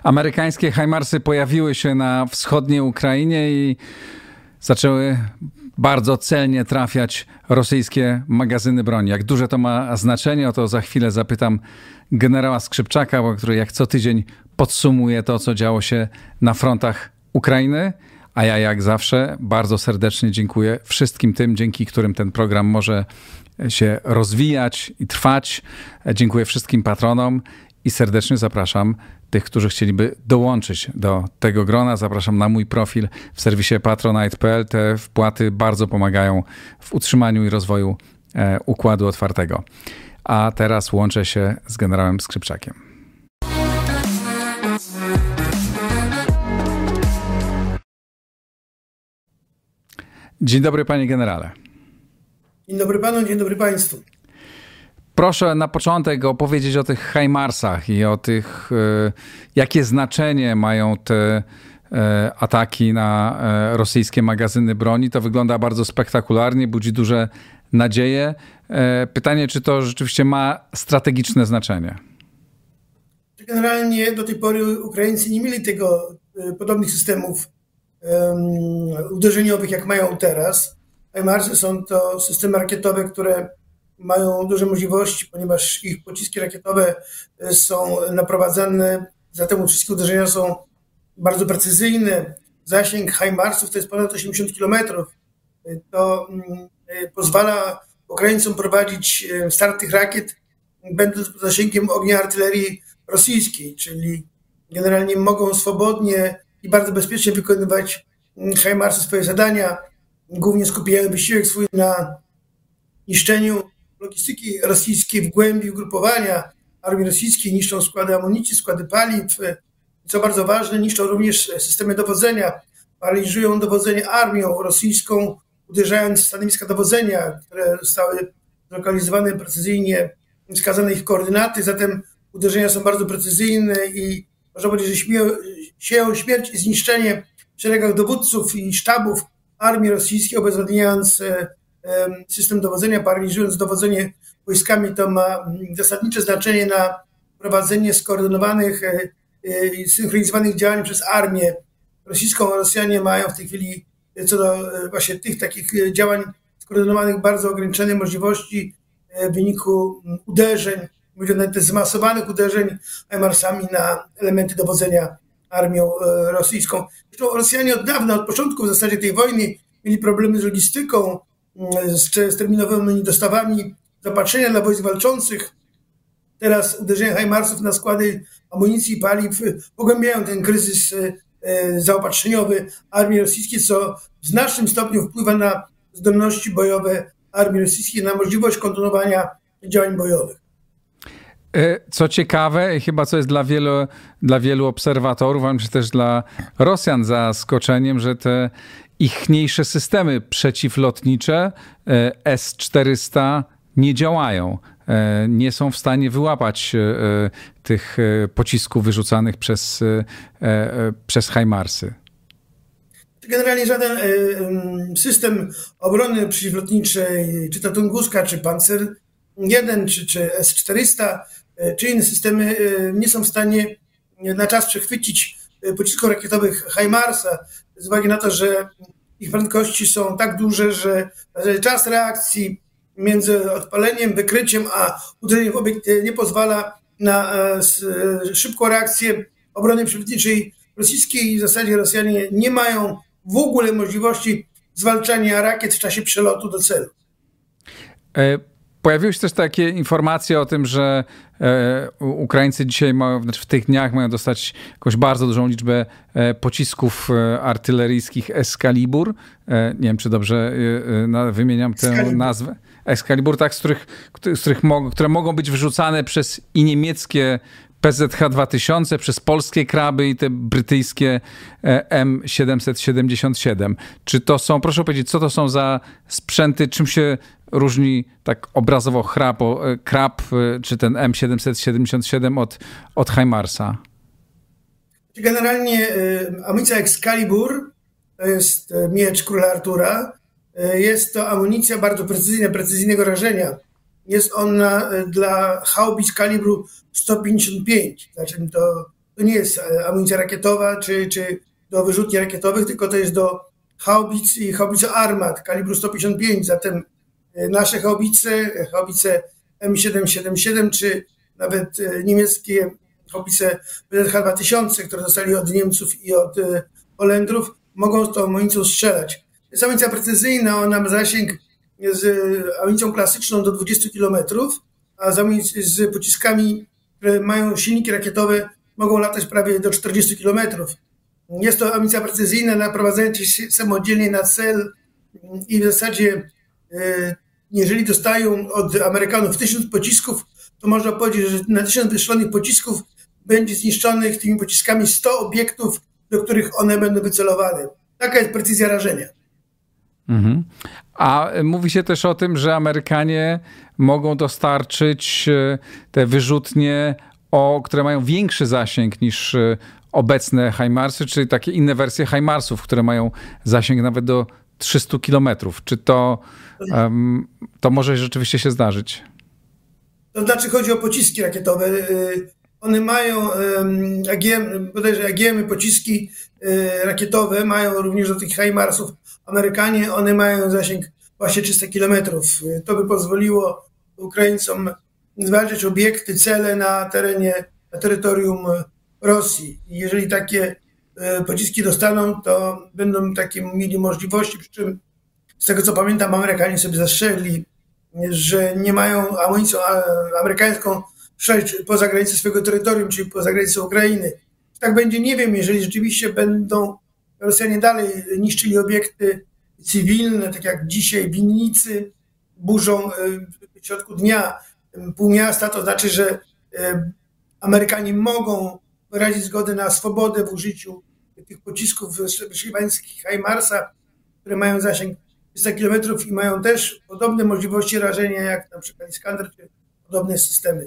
Amerykańskie HIMARSy pojawiły się na wschodniej Ukrainie i zaczęły bardzo celnie trafiać rosyjskie magazyny broni. Jak duże to ma znaczenie, o to za chwilę zapytam generała Skrzypczaka, który jak co tydzień podsumuje to, co działo się na frontach Ukrainy. A ja jak zawsze bardzo serdecznie dziękuję wszystkim tym, dzięki którym ten program może się rozwijać i trwać. Dziękuję wszystkim patronom i serdecznie zapraszam tych, którzy chcieliby dołączyć do tego grona. Zapraszam na mój profil w serwisie patronite.pl. Te wpłaty bardzo pomagają w utrzymaniu i rozwoju Układu Otwartego. A teraz łączę się z generałem Skrzypczakiem. Dzień dobry, panie generale. Dzień dobry panu, dzień dobry państwu. Proszę na początek opowiedzieć o tych HIMARSach i o tych, jakie znaczenie mają te ataki na rosyjskie magazyny broni. To wygląda bardzo spektakularnie, budzi duże nadzieje. Pytanie, czy to rzeczywiście ma strategiczne znaczenie? Generalnie do tej pory Ukraińcy nie mieli podobnych systemów uderzeniowych, jak mają teraz. HIMARSy są to systemy rakietowe, które mają duże możliwości, ponieważ ich pociski rakietowe są naprowadzane, zatem wszystkie uderzenia są bardzo precyzyjne. Zasięg HIMARSów to jest ponad 80 km. To pozwala Ukraińcom prowadzić start tych rakiet, będąc pod zasięgiem ognia artylerii rosyjskiej, czyli generalnie mogą swobodnie i bardzo bezpiecznie wykonywać HIMARSy swoje zadania. Głównie skupiają wysiłek swój na niszczeniu logistyki rosyjskiej w głębi ugrupowania armii rosyjskiej, niszczą składy amunicji, składy paliw. Co bardzo ważne, niszczą również systemy dowodzenia, paraliżują dowodzenie armią rosyjską, uderzając w stanowiska dowodzenia, które zostały zlokalizowane precyzyjnie, wskazane ich koordynaty, zatem uderzenia są bardzo precyzyjne i można powiedzieć, że sieją śmierć i zniszczenie w szeregach dowódców i sztabów armii rosyjskiej, obezwładniając system dowodzenia, paraliżując dowodzenie wojskami. To ma zasadnicze znaczenie na prowadzenie skoordynowanych i synchronizowanych działań przez armię rosyjską. Rosjanie mają w tej chwili co do właśnie tych takich działań skoordynowanych bardzo ograniczone możliwości w wyniku uderzeń, mówię nawet zmasowanych uderzeń HIMARSami na elementy dowodzenia armią rosyjską. Zresztą Rosjanie od dawna, od początku w zasadzie tej wojny mieli problemy z logistyką, z terminowymi dostawami zaopatrzenia dla wojsk walczących. Teraz uderzenia HIMARSów na składy amunicji i paliw pogłębiają ten kryzys zaopatrzeniowy armii rosyjskiej, co w znacznym stopniu wpływa na zdolności bojowe armii rosyjskiej, na możliwość kontynuowania działań bojowych. Co ciekawe, chyba co jest dla wielu obserwatorów, a myślę też dla Rosjan zaskoczeniem, że te ichniejsze systemy przeciwlotnicze S-400 nie działają. Nie są w stanie wyłapać tych pocisków wyrzucanych przez HIMARSy. Generalnie żaden system obrony przeciwlotniczej, czy to Tunguska, czy Panzer 1, czy S-400, czy inne systemy nie są w stanie na czas przechwycić pocisków rakietowych HIMARSa, z uwagi na to, że ich prędkości są tak duże, że czas reakcji między odpaleniem, wykryciem, a uderzeniem w obiekt nie pozwala na szybką reakcję obrony przeciwlotniczej rosyjskiej. W zasadzie Rosjanie nie mają w ogóle możliwości zwalczania rakiet w czasie przelotu do celu. Pojawiły się też takie informacje o tym, że Ukraińcy dzisiaj w tych dniach mają dostać jakąś bardzo dużą liczbę pocisków artyleryjskich Excalibur. Nie wiem, czy dobrze wymieniam tę nazwę. Excalibur, tak, które mogą być wyrzucane przez i niemieckie PZH-2000, przez polskie kraby i te brytyjskie M777. Czy to są, proszę powiedzieć, co to są za sprzęty, czym się różni tak obrazowo krab czy ten M777 od HIMARSa? Generalnie amunicja Excalibur to jest miecz króla Artura. Jest to amunicja bardzo precyzyjnego rażenia. Jest ona dla haubic kalibru 155. Znaczy to to nie jest amunicja rakietowa czy do wyrzutni rakietowych, tylko to jest do haubic i haubic Armat kalibru 155. Zatem nasze haubice M777 czy nawet niemieckie haubice BZH-2000, które dostali od Niemców i od Holendrów, mogą z tą amunicją strzelać. Jest amunicja precyzyjna, ona ma zasięg z amunicją klasyczną do 20 km, a z pociskami, które mają silniki rakietowe, mogą latać prawie do 40 km. Jest to amunicja precyzyjna, naprowadzająca się samodzielnie na cel i w zasadzie jeżeli dostają od Amerykanów 1000 pocisków, to można powiedzieć, że na 1000 wystrzelonych pocisków będzie zniszczonych tymi pociskami 100 obiektów, do których one będą wycelowane. Taka jest precyzja rażenia. Mhm. A mówi się też o tym, że Amerykanie mogą dostarczyć te wyrzutnie, które mają większy zasięg niż obecne HIMARSy, czy takie inne wersje HIMARSów, które mają zasięg nawet do 300 kilometrów. Czy to może rzeczywiście się zdarzyć? To znaczy chodzi o pociski rakietowe. One mają bodajże AGM-y, pociski rakietowe, mają również do tych HIMARSów Amerykanie, one mają zasięg właśnie 300 kilometrów. To by pozwoliło Ukraińcom zwalczać obiekty, cele na terytorium Rosji. Jeżeli takie pociski dostaną, to będą takie mieli możliwości, przy czym z tego co pamiętam, Amerykanie sobie zastrzegli, że nie mają amunicją amerykańską przejść poza granicę swojego terytorium, czyli poza granicę Ukrainy. Tak będzie, nie wiem, jeżeli rzeczywiście będą Rosjanie dalej niszczyli obiekty cywilne, tak jak dzisiaj winnicy burzą w środku dnia pół miasta, to znaczy, że Amerykanie mogą wyrazić zgodę na swobodę w użyciu tych pocisków wyszywańskich HIMARSa, które mają zasięg 300 km i mają też podobne możliwości rażenia jak na przykład Iskander czy podobne systemy.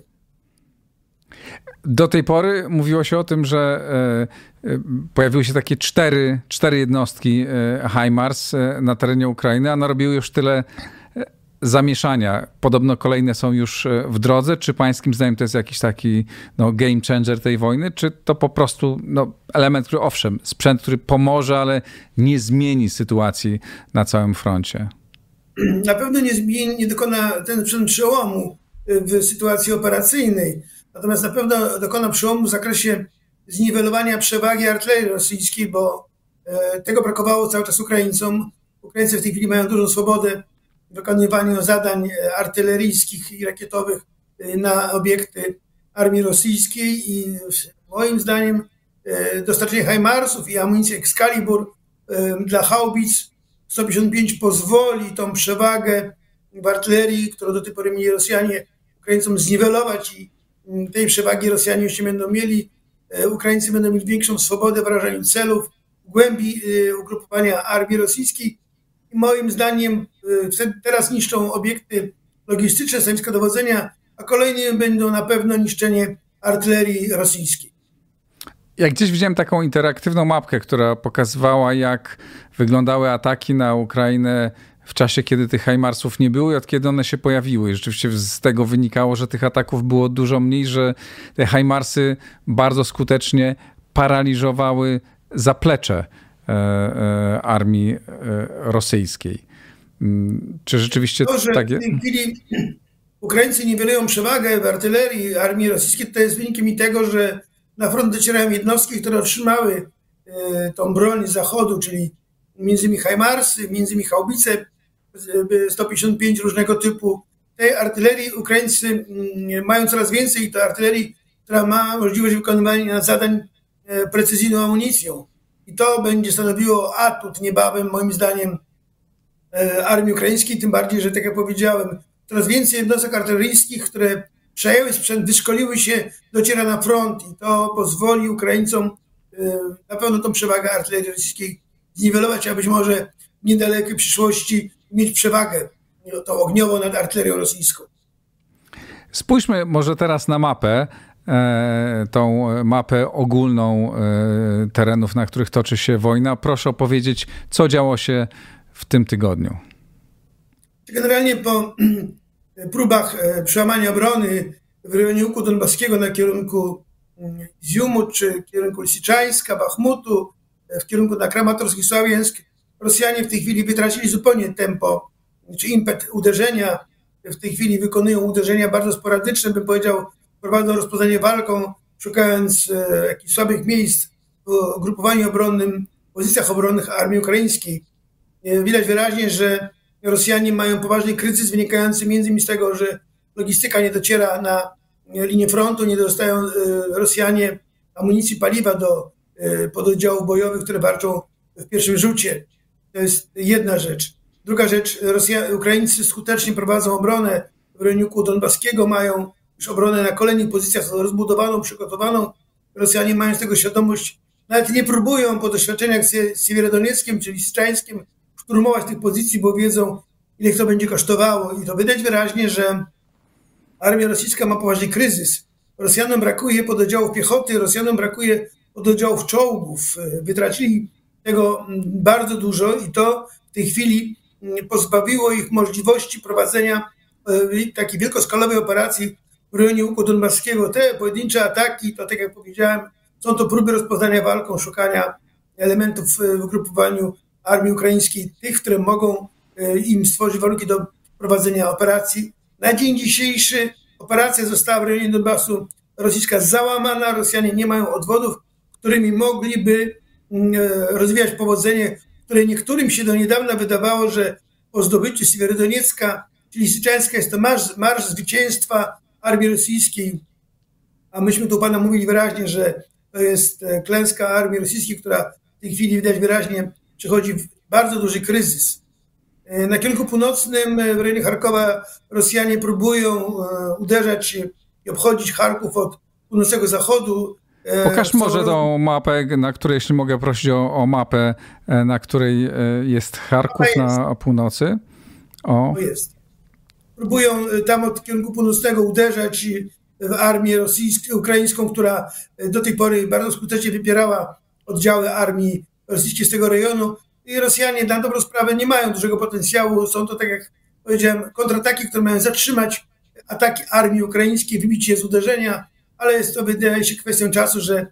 Do tej pory mówiło się o tym, że pojawiły się takie cztery jednostki HIMARS na terenie Ukrainy, a narobiły już tyle zamieszania. Podobno kolejne są już w drodze. Czy pańskim zdaniem to jest jakiś taki game changer tej wojny? Czy to po prostu element, który owszem, sprzęt, który pomoże, ale nie zmieni sytuacji na całym froncie? Na pewno nie dokona ten sprzęt przełomu w sytuacji operacyjnej. Natomiast na pewno dokona przełomu w zakresie zniwelowania przewagi artylerii rosyjskiej, bo tego brakowało cały czas Ukraińcom. Ukraińcy w tej chwili mają dużą swobodę w wykonywaniu zadań artyleryjskich i rakietowych na obiekty armii rosyjskiej i moim zdaniem dostarczenie HIMARSów i amunicji Excalibur dla haubic 155 pozwoli tą przewagę w artylerii, którą do tej pory mieli Rosjanie, Ukraińcom zniwelować i tej przewagi Rosjanie już nie będą mieli. Ukraińcy będą mieli większą swobodę w wyrażaniu celów, głębi ugrupowania armii rosyjskiej. I moim zdaniem teraz niszczą obiekty logistyczne, stanowiska dowodzenia, a kolejnym będą na pewno niszczenie artylerii rosyjskiej. Ja gdzieś widziałem taką interaktywną mapkę, która pokazywała, jak wyglądały ataki na Ukrainę w czasie, kiedy tych HIMARSów nie było i od kiedy one się pojawiły. I rzeczywiście z tego wynikało, że tych ataków było dużo mniej, że te HIMARSy bardzo skutecznie paraliżowały zaplecze armii rosyjskiej. Czy rzeczywiście to, że tak jest? W tej chwili Ukraińcy niwelują przewagę w artylerii armii rosyjskiej, to jest wynikiem i tego, że na front docierają jednostki, które otrzymały tą broń z zachodu, czyli między innymi HIMARSy, między innymi haubice 155 różnego typu. Tej artylerii Ukraińcy mają coraz więcej i to artylerii, która ma możliwość wykonywania zadań precyzyjną amunicją. I to będzie stanowiło atut niebawem, moim zdaniem, armii ukraińskiej, tym bardziej, że tak jak powiedziałem, coraz więcej jednostek artyleryjskich, które przejęły sprzęt, wyszkoliły się, dociera na front i to pozwoli Ukraińcom na pewno tą przewagę artylerii rosyjskiej zniwelować, a być może w niedalekiej przyszłości mieć przewagę tą ogniową nad artylerią rosyjską. Spójrzmy może teraz na mapę, tą mapę ogólną terenów, na których toczy się wojna. Proszę opowiedzieć, co działo się w tym tygodniu. Generalnie po próbach przełamania obrony w rejonie Łuku Donbaskiego na kierunku Izjumu, czy w kierunku Lisiczańska, Bachmutu, w kierunku na Kramatorsk i Sławiańsk, Rosjanie w tej chwili wytracili zupełnie tempo, czy impet uderzenia. W tej chwili wykonują uderzenia bardzo sporadyczne, bym powiedział, prowadzą rozpoznanie walką, szukając jakichś słabych miejsc w grupowaniu obronnym, pozycjach obronnych armii ukraińskiej. Widać wyraźnie, że Rosjanie mają poważny kryzys wynikający m.in. z tego, że logistyka nie dociera na linię frontu, nie dostają Rosjanie amunicji, paliwa do pododdziałów bojowych, które walczą w pierwszym rzucie. To jest jedna rzecz. Druga rzecz, Ukraińcy skutecznie prowadzą obronę w rejonie donbaskiego, mają już obronę na kolejnych pozycjach rozbudowaną, przygotowaną. Rosjanie mają z tego świadomość, nawet nie próbują po doświadczeniach z Siewierodonieckiem czy Lisiczańskiem szturmować tych pozycji, bo wiedzą, ile to będzie kosztowało. I to widać wyraźnie, że armia rosyjska ma poważny kryzys. Rosjanom brakuje pododdziałów piechoty, Rosjanom brakuje pododdziałów czołgów. Wytracili tego bardzo dużo i to w tej chwili pozbawiło ich możliwości prowadzenia takiej wielkoskalowej operacji w rejonie łuku donbaskiego. Te pojedyncze ataki, to tak jak powiedziałem, są to próby rozpoznania walką, szukania elementów w grupowaniu armii ukraińskiej, tych, które mogą im stworzyć warunki do prowadzenia operacji. Na dzień dzisiejszy operacja została w rejonie Donbasu rosyjska załamana. Rosjanie nie mają odwodów, którymi mogliby rozwijać powodzenie, które niektórym się do niedawna wydawało, że po zdobyciu Siewierodoniecka czy Lisiczańska jest to marsz zwycięstwa armii rosyjskiej. A myśmy tu pana mówili wyraźnie, że to jest klęska armii rosyjskiej, która w tej chwili widać wyraźnie przechodzi w bardzo duży kryzys. Na kierunku północnym w rejonie Charkowa Rosjanie próbują uderzać i obchodzić Charków od północnego zachodu. Pokaż może tą mapę, na której, jeśli mogę prosić o mapę, na której jest Charków na północy. To jest. Próbują tam od kierunku północnego uderzać w armię ukraińską, która do tej pory bardzo skutecznie wypierała oddziały armii rosyjskiej z tego rejonu. I Rosjanie na dobrą sprawę nie mają dużego potencjału. Są to, tak jak powiedziałem, kontrataki, które mają zatrzymać ataki armii ukraińskiej, wybić je z uderzenia, ale jest to, wydaje się, kwestią czasu, że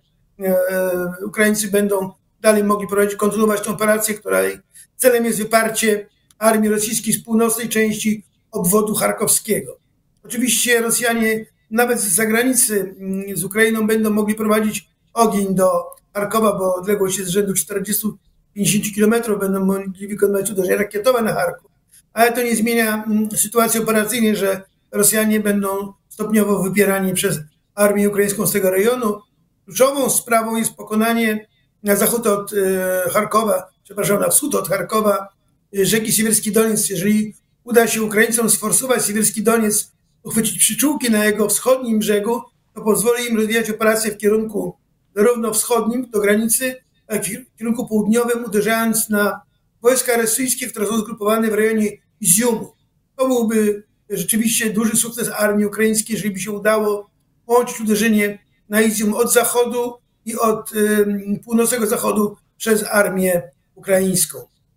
Ukraińcy będą dalej mogli kontynuować tę operację, której celem jest wyparcie armii rosyjskiej z północnej części obwodu charkowskiego. Oczywiście Rosjanie nawet z zagranicy, z Ukrainą, będą mogli prowadzić ogień do Charkowa, bo odległość jest z rzędu 40-50 kilometrów, będą mogli wykonywać uderzenia rakietowe na Charków. Ale to nie zmienia sytuacji operacyjnej, że Rosjanie będą stopniowo wypierani przez armię ukraińską z tego rejonu. Kluczową sprawą jest pokonanie na zachód od Charkowa, na wschód od Charkowa rzeki Siewierski Doniec. Jeżeli uda się Ukraińcom sforsować Siewierski Doniec, uchwycić przyczółki na jego wschodnim brzegu, to pozwoli im rozwijać operacje w kierunku zarówno wschodnim do granicy, jak i w kierunku południowym, uderzając na wojska rosyjskie, które są zgrupowane w rejonie Izjumu. To byłby rzeczywiście duży sukces armii ukraińskiej, jeżeli by się udało połączyć uderzenie na Izjum od zachodu i od północnego zachodu przez armię ukraińską.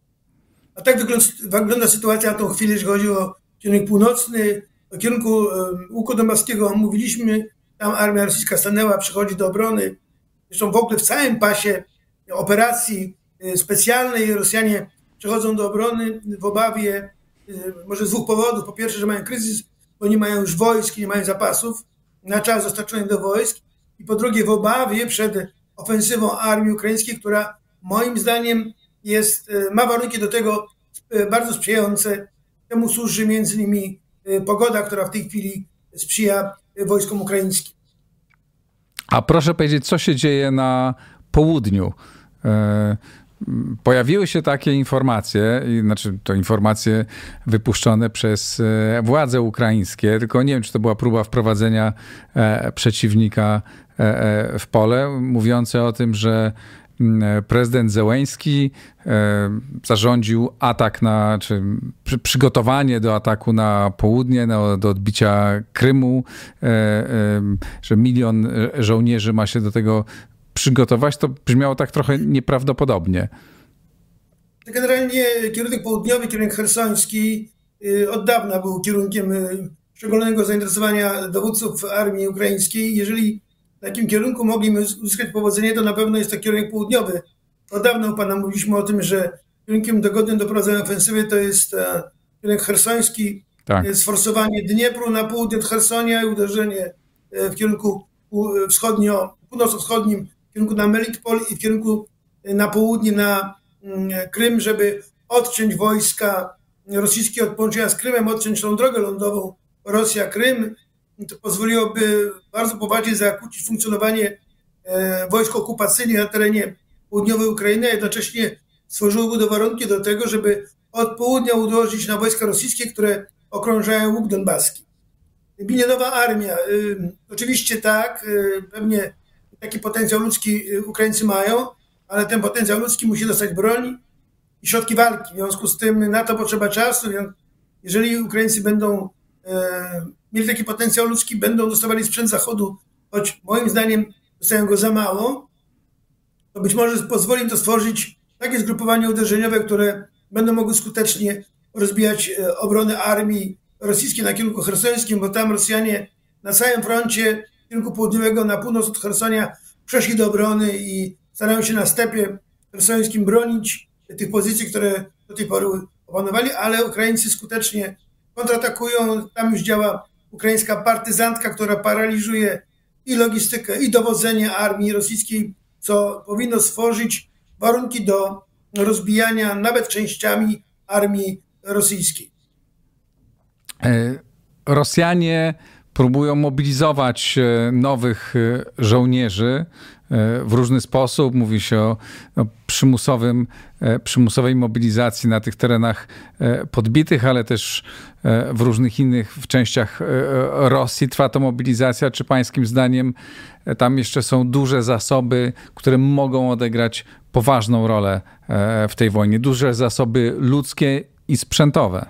A tak wygląda sytuacja na tą chwilę, jeżeli chodzi o kierunek północny. O kierunku łuku donbaskiego mówiliśmy, tam armia rosyjska stanęła, przychodzi do obrony. Zresztą w ogóle w całym pasie operacji specjalnej Rosjanie przechodzą do obrony w obawie może z dwóch powodów. Po pierwsze, że mają kryzys, bo nie mają już wojsk, nie mają zapasów na czas dostarczonych do wojsk. I po drugie, w obawie przed ofensywą armii ukraińskiej, która moim zdaniem ma warunki do tego bardzo sprzyjające. Temu służy między innymi pogoda, która w tej chwili sprzyja wojskom ukraińskim. A proszę powiedzieć, co się dzieje na południu? Pojawiły się takie informacje, znaczy to informacje wypuszczone przez władze ukraińskie, tylko nie wiem, czy to była próba wprowadzenia przeciwnika w pole, mówiące o tym, że prezydent Zełenski zarządził atak czy przygotowanie do ataku na południe, do odbicia Krymu, że 1 milion żołnierzy ma się do tego przygotować. To brzmiało tak trochę nieprawdopodobnie. Generalnie kierunek południowy, kierunek chersoński od dawna był kierunkiem szczególnego zainteresowania dowódców armii ukraińskiej. Jeżeli na jakim kierunku mogliśmy uzyskać powodzenie, to na pewno jest to kierunek południowy. Od dawna u Pana mówiliśmy o tym, że kierunkiem dogodnym do prowadzenia ofensywy to jest kierunek chersoński, tak. Sforsowanie Dniepru na południe od Chersonia i uderzenie w kierunku północno-wschodnim, w kierunku na Melitopol i w kierunku na południe na Krym, żeby odciąć wojska rosyjskie od połączenia z Krymem, odciąć tą drogę lądową Rosja-Krym. To pozwoliłoby bardzo poważnie zakłócić funkcjonowanie wojsk okupacyjnych na terenie południowej Ukrainy, a jednocześnie stworzyłoby to warunki do tego, żeby od południa uderzyć na wojska rosyjskie, które okrążają łuk donbaski. Ginie nowa armia. Oczywiście tak, pewnie taki potencjał ludzki Ukraińcy mają, ale ten potencjał ludzki musi dostać broń i środki walki. W związku z tym na to potrzeba czasu. Jeżeli Ukraińcy będą mieli taki potencjał ludzki, będą dostawali sprzęt Zachodu, choć moim zdaniem dostają go za mało, to być może pozwoli im to stworzyć takie zgrupowanie uderzeniowe, które będą mogły skutecznie rozbijać obronę armii rosyjskiej na kierunku chersońskim, bo tam Rosjanie na całym froncie kierunku południowego na północ od Chersonia przeszli do obrony i starają się na stepie chersońskim bronić tych pozycji, które do tej pory opanowali, ale Ukraińcy skutecznie kontratakują. Tam już działa ukraińska partyzantka, która paraliżuje i logistykę, i dowodzenie armii rosyjskiej, co powinno stworzyć warunki do rozbijania nawet częściami armii rosyjskiej. Rosjanie próbują mobilizować nowych żołnierzy w różny sposób. Mówi się o przymusowej mobilizacji na tych terenach podbitych, ale też w różnych innych częściach Rosji trwa to mobilizacja. Czy pańskim zdaniem tam jeszcze są duże zasoby, które mogą odegrać poważną rolę w tej wojnie? Duże zasoby ludzkie i sprzętowe.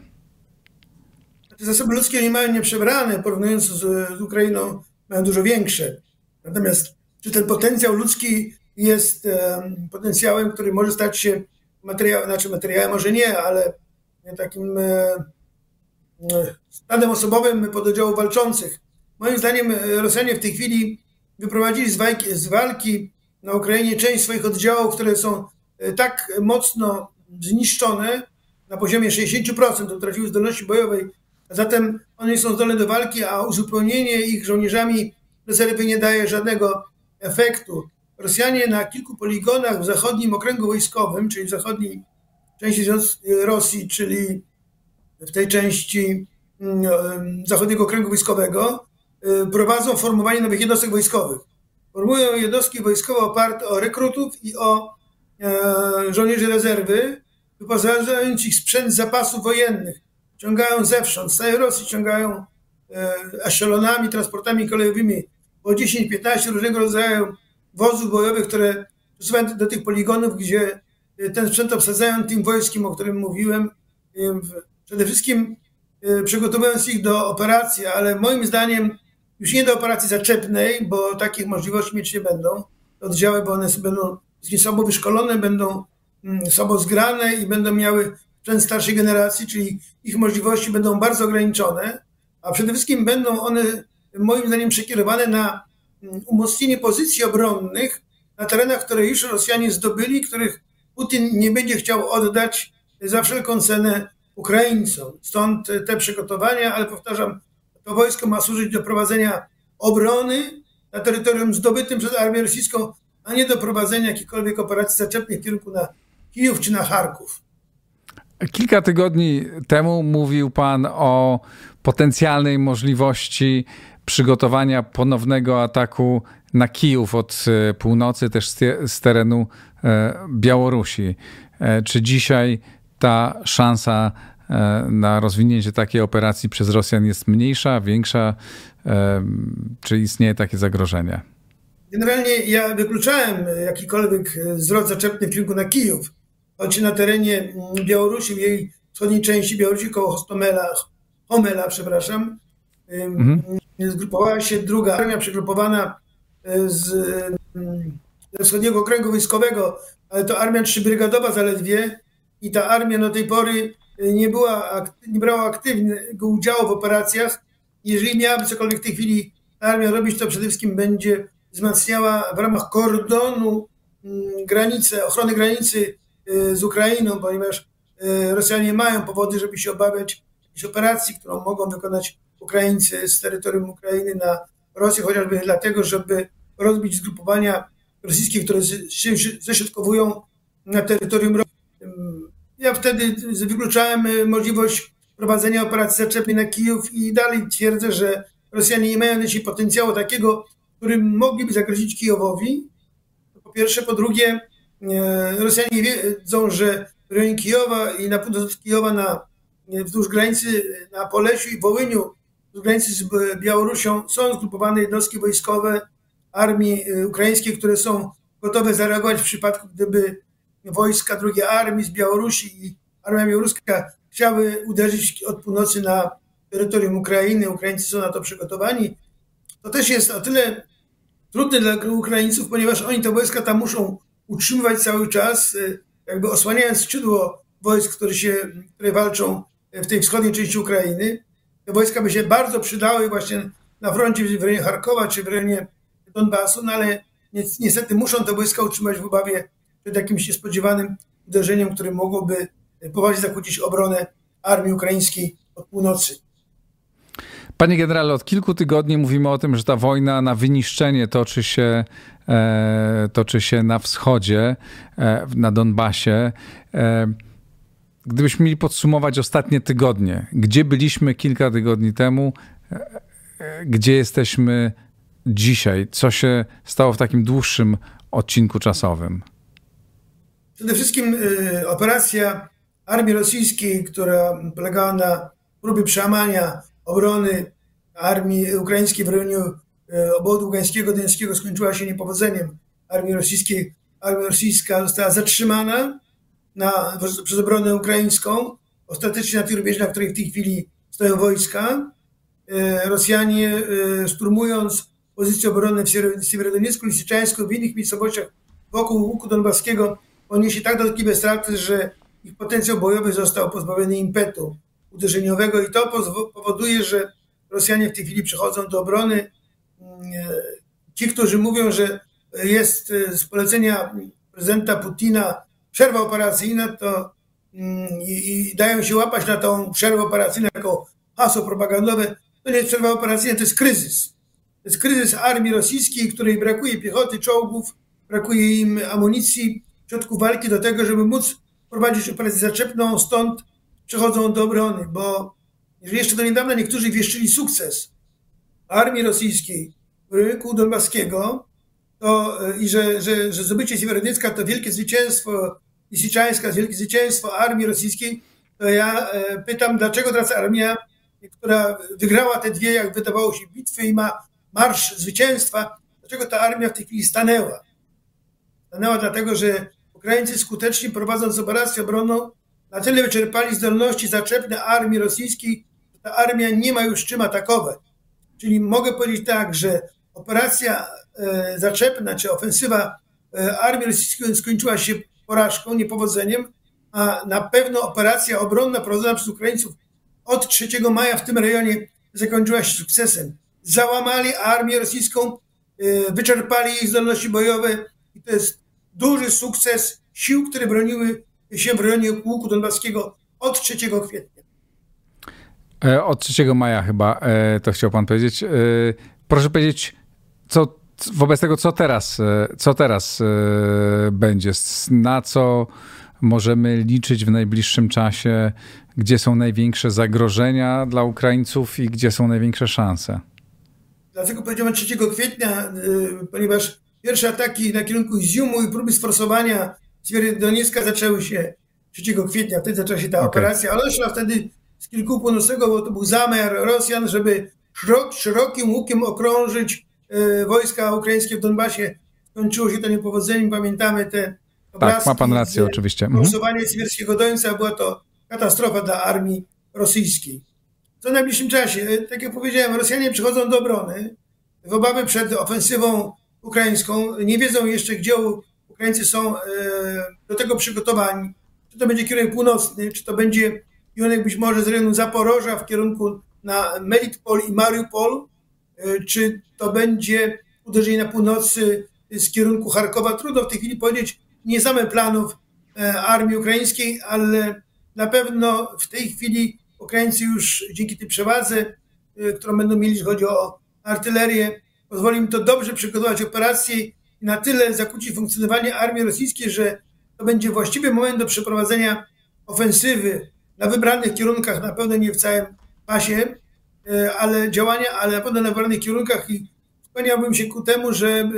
Te zasoby ludzkie nie mają nieprzebrane, porównując z Ukrainą, mają dużo większe. Natomiast czy ten potencjał ludzki jest potencjałem, który może stać się materiałem może nie, ale takim składem osobowym pododdziałów walczących. Moim zdaniem Rosjanie w tej chwili wyprowadzili z walki na Ukrainie część swoich oddziałów, które są tak mocno zniszczone na poziomie 60%, utraciły zdolności bojowej. A zatem one nie są zdolne do walki, a uzupełnienie ich żołnierzami rezerwy nie daje żadnego efektu. Rosjanie na kilku poligonach w zachodnim okręgu wojskowym, czyli w zachodniej części Rosji, czyli w tej części zachodniego okręgu wojskowego, prowadzą formowanie nowych jednostek wojskowych. Formują jednostki wojskowe oparte o rekrutów i o żołnierzy rezerwy, wyposażając ich w sprzęt zapasów wojennych. Ciągają zewsząd, z całej Rosji ciągają eszelonami, transportami kolejowymi po 10-15 różnego rodzaju wozów bojowych, które przesuwają do tych poligonów, gdzie ten sprzęt obsadzają tym wojskiem, o którym mówiłem, przede wszystkim przygotowując ich do operacji, ale moim zdaniem już nie do operacji zaczepnej, bo takich możliwości mieć nie będą. Oddziały, bo one będą słabo wyszkolone, będą słabo zgrane i będą miały sprzęt starszej generacji, czyli ich możliwości będą bardzo ograniczone, a przede wszystkim będą one moim zdaniem przekierowane na umocnienie pozycji obronnych na terenach, które już Rosjanie zdobyli, których Putin nie będzie chciał oddać za wszelką cenę Ukraińcom. Stąd te przygotowania, ale powtarzam, to wojsko ma służyć do prowadzenia obrony na terytorium zdobytym przez armię rosyjską, a nie do prowadzenia jakichkolwiek operacji zaczepnych w kierunku na Kijów czy na Charków. Kilka tygodni temu mówił pan o potencjalnej możliwości przygotowania ponownego ataku na Kijów od północy, też z terenu Białorusi. Czy dzisiaj ta szansa na rozwinięcie takiej operacji przez Rosjan jest mniejsza, większa? Czy istnieje takie zagrożenie? Generalnie ja wykluczałem jakikolwiek zwrot zaczepny w kierunku na Kijów, choć na terenie Białorusi, w jej wschodniej części Białorusi, koło Homela, zgrupowała się druga armia przegrupowana ze wschodniego okręgu wojskowego, ale to armia 3-brygadowa zaledwie i ta armia do tej pory nie brała aktywnego udziału w operacjach. Jeżeli miałaby cokolwiek w tej chwili ta armia robić, to przede wszystkim będzie wzmacniała w ramach kordonu ochrony granicy z Ukrainą, ponieważ Rosjanie mają powody, żeby się obawiać jakiejś operacji, którą mogą wykonać Ukraińcy z terytorium Ukrainy na Rosję, chociażby dlatego, żeby rozbić zgrupowania rosyjskie, które się ześrodkowują na terytorium Rosji. Ja wtedy wykluczałem możliwość prowadzenia operacji zaczepnej na Kijów i dalej twierdzę, że Rosjanie nie mają dzisiaj potencjału takiego, którym mogliby zagrozić Kijowowi. Po pierwsze. Po drugie, Rosjanie wiedzą, że w rejonie Kijowa i na północ od Kijowa wzdłuż granicy na Polesiu i Wołyniu, wzdłuż granicy z Białorusią są zgrupowane jednostki wojskowe armii ukraińskiej, które są gotowe zareagować w przypadku, gdyby wojska drugiej armii z Białorusi i armia białoruska chciały uderzyć od północy na terytorium Ukrainy. Ukraińcy są na to przygotowani. To też jest o tyle trudne dla Ukraińców, ponieważ oni te wojska tam muszą utrzymywać cały czas, jakby osłaniając skrzydło wojsk, które walczą w tej wschodniej części Ukrainy. Te wojska by się bardzo przydały właśnie na froncie w rejonie Charkowa czy w rejonie Donbasu, no ale niestety muszą te wojska utrzymać w obawie przed jakimś niespodziewanym uderzeniem, które mogłoby poważnie zakłócić obronę armii ukraińskiej od północy. Panie generale, od kilku tygodni mówimy o tym, że ta wojna na wyniszczenie toczy się na wschodzie, na Donbasie. Gdybyśmy mieli podsumować ostatnie tygodnie, gdzie byliśmy kilka tygodni temu, gdzie jesteśmy dzisiaj? Co się stało w takim dłuższym odcinku czasowym? Przede wszystkim operacja armii rosyjskiej, która polegała na próbie przełamania obrony armii ukraińskiej w rejonie obwodu ługańskiego, donieckego, skończyła się niepowodzeniem armii rosyjskiej. Armia rosyjska została zatrzymana przez obronę ukraińską, ostatecznie na tej rubieży, na której w tej chwili stoją wojska. Rosjanie, szturmując pozycje obronne w Siewierodoniecku, Lisiczańsku, w innych miejscowościach wokół Łuku Donbaskiego, ponieśli tak dotkliwe straty, że ich potencjał bojowy został pozbawiony impetu uderzeniowego i to powoduje, że Rosjanie w tej chwili przechodzą do obrony. Ci, którzy mówią, że jest z polecenia prezydenta Putina przerwa operacyjna, to i dają się łapać na tą przerwę operacyjną jako hasło propagandowe, to nie jest przerwa operacyjna, to jest kryzys. To jest kryzys armii rosyjskiej, której brakuje piechoty, czołgów, brakuje im amunicji, środków walki do tego, żeby móc prowadzić operację zaczepną, stąd przechodzą do obrony, bo jeżeli jeszcze do niedawna niektórzy wieszczyli sukces armii rosyjskiej w rynku donbaskiego, to i że zdobycie Siewierodoniecka to wielkie zwycięstwo, Lisiczańska to wielkie zwycięstwo armii rosyjskiej, to ja pytam, dlaczego teraz armia, która wygrała te dwie, jak wydawało się, bitwy i ma marsz zwycięstwa, dlaczego ta armia w tej chwili stanęła? Stanęła dlatego, że Ukraińcy skutecznie prowadząc operację obronną na tyle wyczerpali zdolności zaczepne armii rosyjskiej, że ta armia nie ma już czym atakować. Czyli mogę powiedzieć tak, że operacja zaczepna czy ofensywa armii rosyjskiej skończyła się porażką, niepowodzeniem, a na pewno operacja obronna prowadzona przez Ukraińców od 3 maja w tym rejonie zakończyła się sukcesem. Załamali armię rosyjską, wyczerpali jej zdolności bojowe i to jest duży sukces sił, które broniły się w rejonie Łuku Donbaskiego od 3 kwietnia. Od 3 maja chyba, to chciał pan powiedzieć. Proszę powiedzieć, wobec tego, co teraz będzie? Na co możemy liczyć w najbliższym czasie? Gdzie są największe zagrożenia dla Ukraińców i gdzie są największe szanse? Dlatego powiedziałem 3 kwietnia, ponieważ pierwsze ataki na kierunku Iziumu i próby sforsowania Siewierodoniecka zaczęły się 3 kwietnia. Wtedy zaczęła się ta operacja, ale szła wtedy z kilku północnego, bo to był zamiar Rosjan, żeby szerokim łukiem okrążyć wojska ukraińskie w Donbasie. Skończyło się to niepowodzeniem. Pamiętamy te obrazki. Tak, ma pan rację, oczywiście. Forsowanie Sibirskiego Dońca, była to katastrofa dla armii rosyjskiej. Co w najbliższym czasie? Tak jak powiedziałem, Rosjanie przychodzą do obrony w obawie przed ofensywą ukraińską. Nie wiedzą jeszcze, gdzie Ukraińcy są do tego przygotowani. Czy to będzie kierunek północny, czy to będzie kierunek być może z rejonu Zaporoża w kierunku na Melitopol i Mariupol, czy to będzie uderzenie na północy z kierunku Charkowa. Trudno w tej chwili powiedzieć, nie znamy planów armii ukraińskiej, ale na pewno w tej chwili Ukraińcy już dzięki tej przewadze, którą będą mieli, jeśli chodzi o artylerię, pozwoli im to dobrze przygotować operację i na tyle zakłócić funkcjonowanie armii rosyjskiej, że to będzie właściwy moment do przeprowadzenia ofensywy na wybranych kierunkach, na pewno nie w całym pasie, ale działania, ale na pewno na wybranych kierunkach i skłaniałbym się ku temu,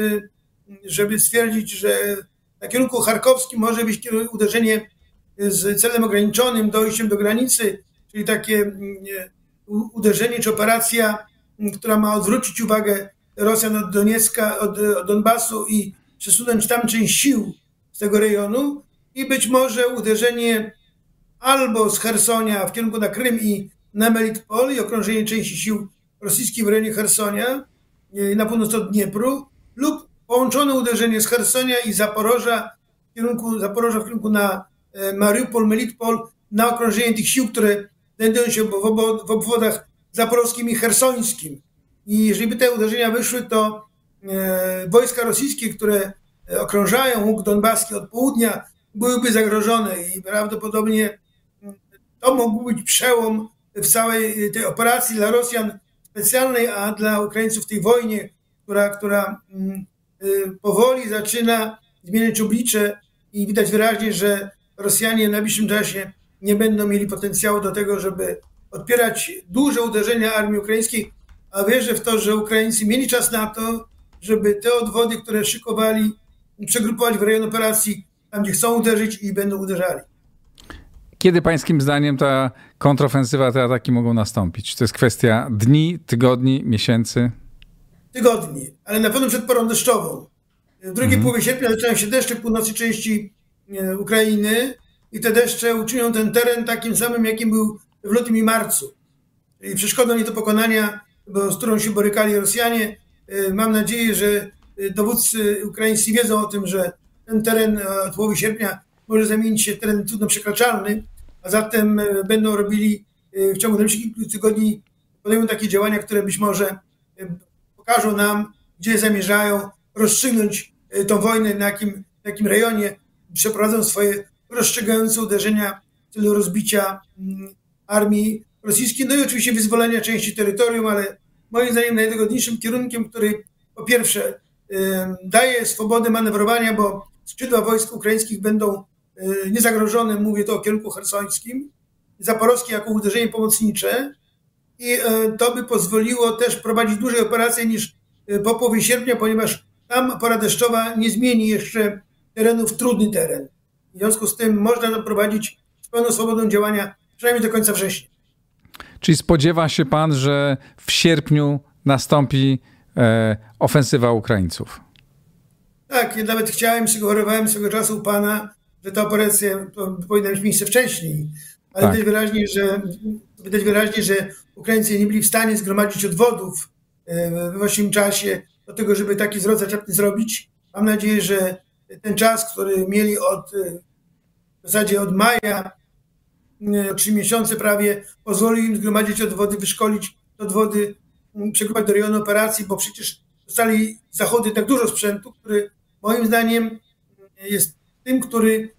żeby stwierdzić, że na kierunku charkowskim może być uderzenie z celem ograniczonym, dojściem do granicy, czyli takie uderzenie czy operacja, która ma odwrócić uwagę Rosjan od Doniecka, od Donbasu i przesunąć tam część sił z tego rejonu i być może uderzenie albo z Chersonia w kierunku na Krym i na Melitopol i okrążenie części sił rosyjskich w rejonie Chersonia na północ od Dniepru lub połączone uderzenie z Chersonia i Zaporoża w kierunku na Mariupol, Melitopol, na okrążenie tych sił, które znajdują się w obwodach zaporowskim i chersońskim. I jeżeli by te uderzenia wyszły, to wojska rosyjskie, które okrążają łuk donbaski od południa, byłyby zagrożone i prawdopodobnie to mógłby być przełom w całej tej operacji dla Rosjan specjalnej, a dla Ukraińców w tej wojnie, która powoli zaczyna zmieniać oblicze i widać wyraźnie, że Rosjanie w najbliższym czasie nie będą mieli potencjału do tego, żeby odpierać duże uderzenia armii ukraińskiej, a wierzę w to, że Ukraińcy mieli czas na to, żeby te odwody, które szykowali, przegrupować w rejon operacji tam, gdzie chcą uderzyć i będą uderzali. Kiedy pańskim zdaniem ta kontrofensywa, te ataki mogą nastąpić? Czy to jest kwestia dni, tygodni, miesięcy? Tygodni, ale na pewno przed porą deszczową. W drugiej połowie sierpnia zaczynają się deszcze w północnej części Ukrainy i te deszcze uczynią ten teren takim samym, jakim był w lutym i marcu. I przeszkodą nie do pokonania, z którą się borykali Rosjanie. Mam nadzieję, że dowódcy ukraińscy wiedzą o tym, że ten teren od połowy sierpnia może zamienić się w teren trudno przekraczalny, a zatem będą robili w ciągu najbliższych kilku tygodni, podejmą takie działania, które być może pokażą nam, gdzie zamierzają rozstrzygnąć tą wojnę, na jakim rejonie przeprowadzą swoje rozstrzygające uderzenia w celu rozbicia armii rosyjskiej, no i oczywiście wyzwolenia części terytorium, ale moim zdaniem najdogodniejszym kierunkiem, który po pierwsze daje swobodę manewrowania, bo skrzydła wojsk ukraińskich będą niezagrożone, mówię to o kierunku chersońskim, zaporowskie jako uderzenie pomocnicze i to by pozwoliło też prowadzić dłużej operacje niż po połowie sierpnia, ponieważ tam pora deszczowa nie zmieni jeszcze terenu w trudny teren. W związku z tym można tam prowadzić z pełną swobodą działania przynajmniej do końca września. Czyli spodziewa się pan, że w sierpniu nastąpi ofensywa Ukraińców? Tak, ja nawet sugerowałem swego czasu u pana, że ta operacja powinna mieć miejsce wcześniej, ale tak. widać wyraźnie, że Ukraińcy nie byli w stanie zgromadzić odwodów we właściwym czasie do tego, żeby taki zwrot zaczepny zrobić. Mam nadzieję, że ten czas, który mieli w zasadzie od maja, 3 miesiące prawie, pozwolił im zgromadzić odwody, wyszkolić odwody, przegrupować do rejonu operacji, bo przecież dostali z Zachodu tak dużo sprzętu, który moim zdaniem jest tym, który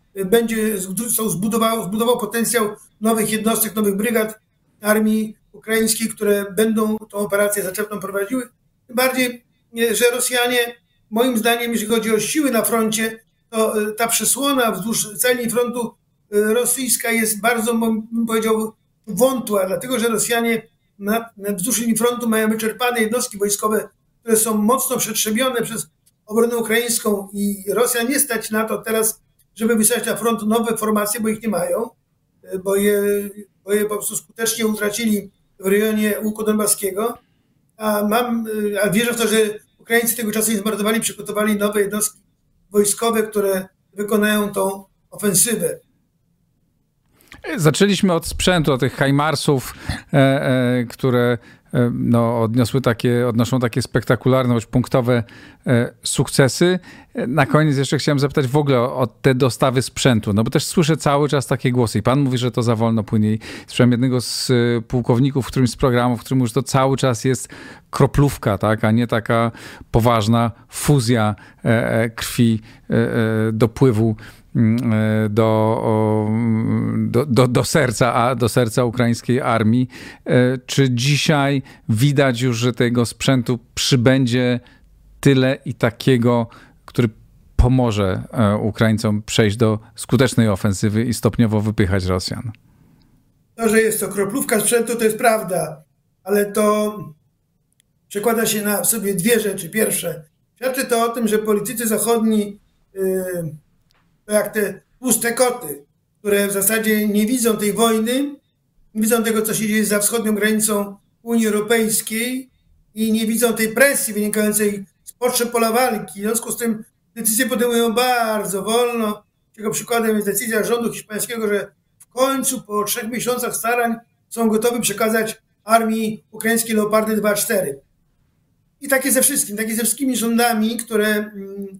zbudował potencjał nowych jednostek, nowych brygad armii ukraińskiej, które będą tą operację zaczepną prowadziły. Tym bardziej, że Rosjanie, moim zdaniem, jeżeli chodzi o siły na froncie, to ta przesłona wzdłuż całej linii frontu rosyjska jest bardzo, bym powiedział, wątła, dlatego że Rosjanie wzdłuż linii frontu mają wyczerpane jednostki wojskowe, które są mocno przetrzebione przez obronę ukraińską i Rosja nie stać na to teraz, żeby wysłać na front nowe formacje, bo ich nie mają, bo je po prostu skutecznie utracili w rejonie łuku donbaskiego, a wierzę w to, że Ukraińcy tego czasu nie zmarnowali, przygotowali nowe jednostki wojskowe, które wykonają tą ofensywę. Zaczęliśmy od sprzętu, od tych HIMARS-ów, które odnoszą takie spektakularne, choć punktowe sukcesy. Na koniec jeszcze chciałem zapytać w ogóle o te dostawy sprzętu, no bo też słyszę cały czas takie głosy i pan mówi, że to za wolno płynie. Słyszałem jednego z pułkowników w którymś z programów, w którym już to cały czas jest kroplówka, tak, a nie taka poważna fuzja krwi, dopływu do serca ukraińskiej armii. Czy dzisiaj widać już, że tego sprzętu przybędzie tyle i takiego, który pomoże Ukraińcom przejść do skutecznej ofensywy i stopniowo wypychać Rosjan? To, że jest to kroplówka sprzętu, to jest prawda, ale to przekłada się na sobie dwie rzeczy. Pierwsze, świadczy to o tym, że politycy zachodni to jak te tłuste koty, które w zasadzie nie widzą tej wojny, nie widzą tego, co się dzieje za wschodnią granicą Unii Europejskiej i nie widzą tej presji wynikającej z potrzeb pola walki. W związku z tym decyzje podejmują bardzo wolno. Tego przykładem jest decyzja rządu hiszpańskiego, że w końcu po 3 miesiącach starań są gotowi przekazać armii ukraińskiej Leopardy 2-4. I takie ze wszystkimi rządami, które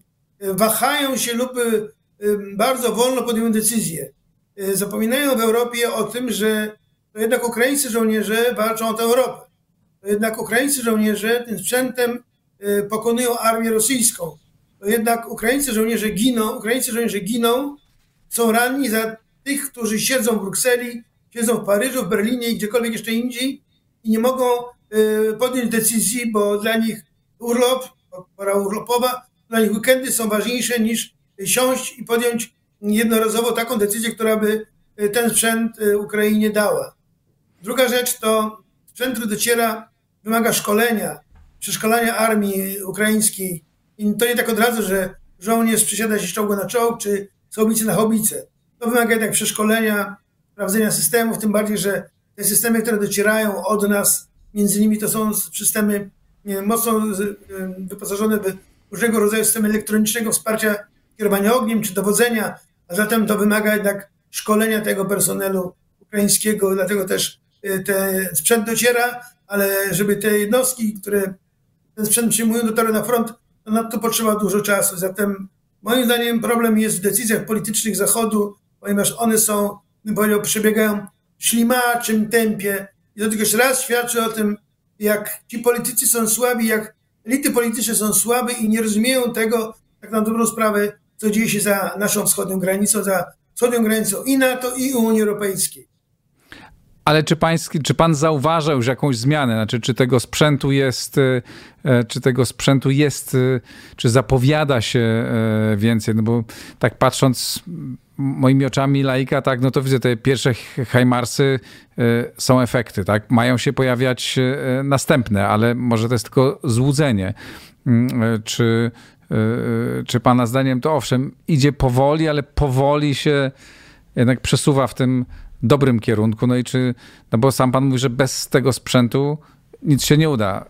wahają się lub bardzo wolno podejmują decyzje. Zapominają w Europie o tym, że to jednak ukraińscy żołnierze walczą o tę Europę. To jednak ukraińscy żołnierze tym sprzętem pokonują armię rosyjską. To jednak ukraińscy żołnierze giną, są ranni za tych, którzy siedzą w Brukseli, siedzą w Paryżu, w Berlinie i gdziekolwiek jeszcze indziej i nie mogą podjąć decyzji, bo dla nich pora urlopowa, dla nich weekendy są ważniejsze niż siąść i podjąć jednorazowo taką decyzję, która by ten sprzęt Ukrainie dała. Druga rzecz to sprzęt, który dociera, wymaga przeszkolenia armii ukraińskiej. I to nie tak od razu, że żołnierz przesiada się z czołgu na czołg, czy z haubicy na haubicę. To wymaga jednak przeszkolenia, sprawdzenia systemów, tym bardziej, że te systemy, które docierają od nas, między innymi to są systemy mocno wyposażone w różnego rodzaju systemy elektronicznego wsparcia kierowania ogniem czy dowodzenia, a zatem to wymaga jednak szkolenia tego personelu ukraińskiego, dlatego też ten sprzęt dociera, ale żeby te jednostki, które ten sprzęt przyjmują, dotarły na front, to na to potrzeba dużo czasu. Zatem moim zdaniem problem jest w decyzjach politycznych Zachodu, ponieważ one przebiegają w ślimaczym tempie i to tylko jeszcze raz świadczy o tym, jak ci politycy są słabi, jak elity polityczne są słabe i nie rozumieją tego, tak na dobrą sprawę, co dzieje się za naszą wschodnią granicą i NATO, i Unii Europejskiej. Ale czy pan zauważa już jakąś zmianę? Znaczy, czy zapowiada się więcej? No bo tak patrząc moimi oczami laika, tak, no to widzę te pierwsze HIMARSy, są efekty, tak? Mają się pojawiać następne, ale może to jest tylko złudzenie. Czy pana zdaniem to owszem, idzie powoli, ale powoli się jednak przesuwa w tym dobrym kierunku, no bo sam pan mówi, że bez tego sprzętu nic się nie uda.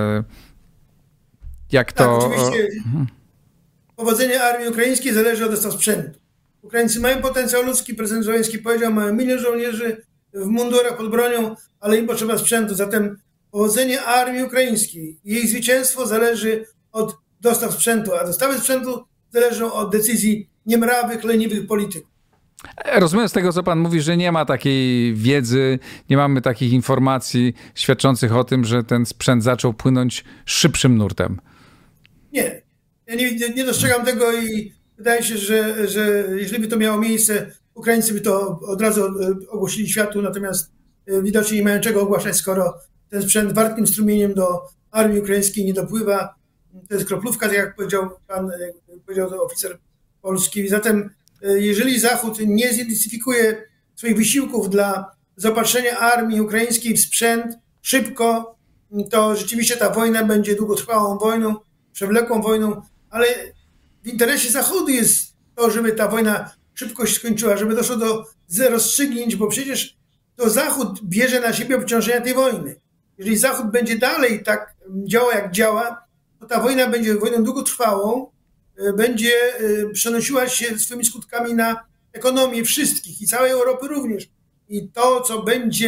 Jak to... Tak, oczywiście. Powodzenie armii ukraińskiej zależy od dostaw sprzętu. Ukraińcy mają potencjał ludzki, prezydent Zełenski powiedział, mają 1 000 000 żołnierzy w mundurach pod bronią, ale im potrzeba sprzętu. Zatem powodzenie armii ukraińskiej i jej zwycięstwo zależy od dostaw sprzętu, a dostawy sprzętu zależą od decyzji niemrawych, leniwych polityków. Rozumiem z tego, co pan mówi, że nie ma takiej wiedzy, nie mamy takich informacji świadczących o tym, że ten sprzęt zaczął płynąć szybszym nurtem. Nie. Ja nie dostrzegam tego i wydaje się, że jeżeli by to miało miejsce, Ukraińcy by to od razu ogłosili światu, natomiast widocznie nie mają czego ogłaszać, skoro ten sprzęt wartkim strumieniem do armii ukraińskiej nie dopływa. To jest kroplówka, tak jak powiedział to oficer polski. Zatem jeżeli Zachód nie zidentyfikuje swoich wysiłków dla zaopatrzenia armii ukraińskiej w sprzęt szybko, to rzeczywiście ta wojna będzie długotrwałą wojną, przewlekłą wojną, ale w interesie Zachodu jest to, żeby ta wojna szybko się skończyła, żeby doszło do rozstrzygnięć, bo przecież to Zachód bierze na siebie obciążenia tej wojny. Jeżeli Zachód będzie dalej tak działał, jak działa, to ta wojna będzie wojną długotrwałą, będzie przenosiła się swoimi skutkami na ekonomię wszystkich i całej Europy również. I to, co będzie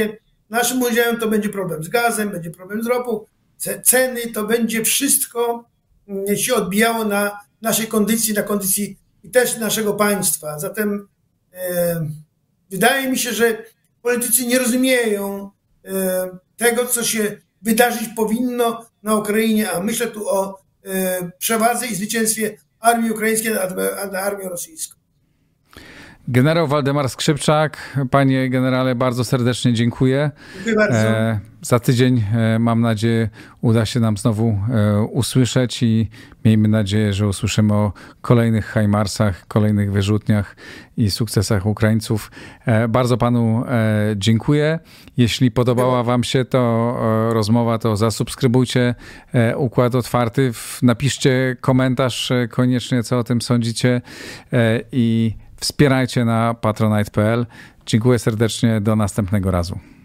naszym udziałem to będzie problem z gazem, będzie problem z ropą, ceny, to będzie wszystko się odbijało na naszej kondycji, na kondycji i też naszego państwa. Zatem wydaje mi się, że politycy nie rozumieją tego, co się wydarzyć powinno na Ukrainie, a myślę tu o przewadze i zwycięstwie armii ukraińskiej nad armią rosyjską. Generał Waldemar Skrzypczak, panie generale, bardzo serdecznie dziękuję. Dziękuję bardzo. Za tydzień, mam nadzieję, uda się nam znowu usłyszeć i miejmy nadzieję, że usłyszymy o kolejnych HIMARS-ach, kolejnych wyrzutniach i sukcesach Ukraińców. Bardzo panu dziękuję. Jeśli podobała wam się to rozmowa, to zasubskrybujcie Układ Otwarty. Napiszcie komentarz koniecznie, co o tym sądzicie i wspierajcie na patronite.pl. Dziękuję serdecznie. Do następnego razu.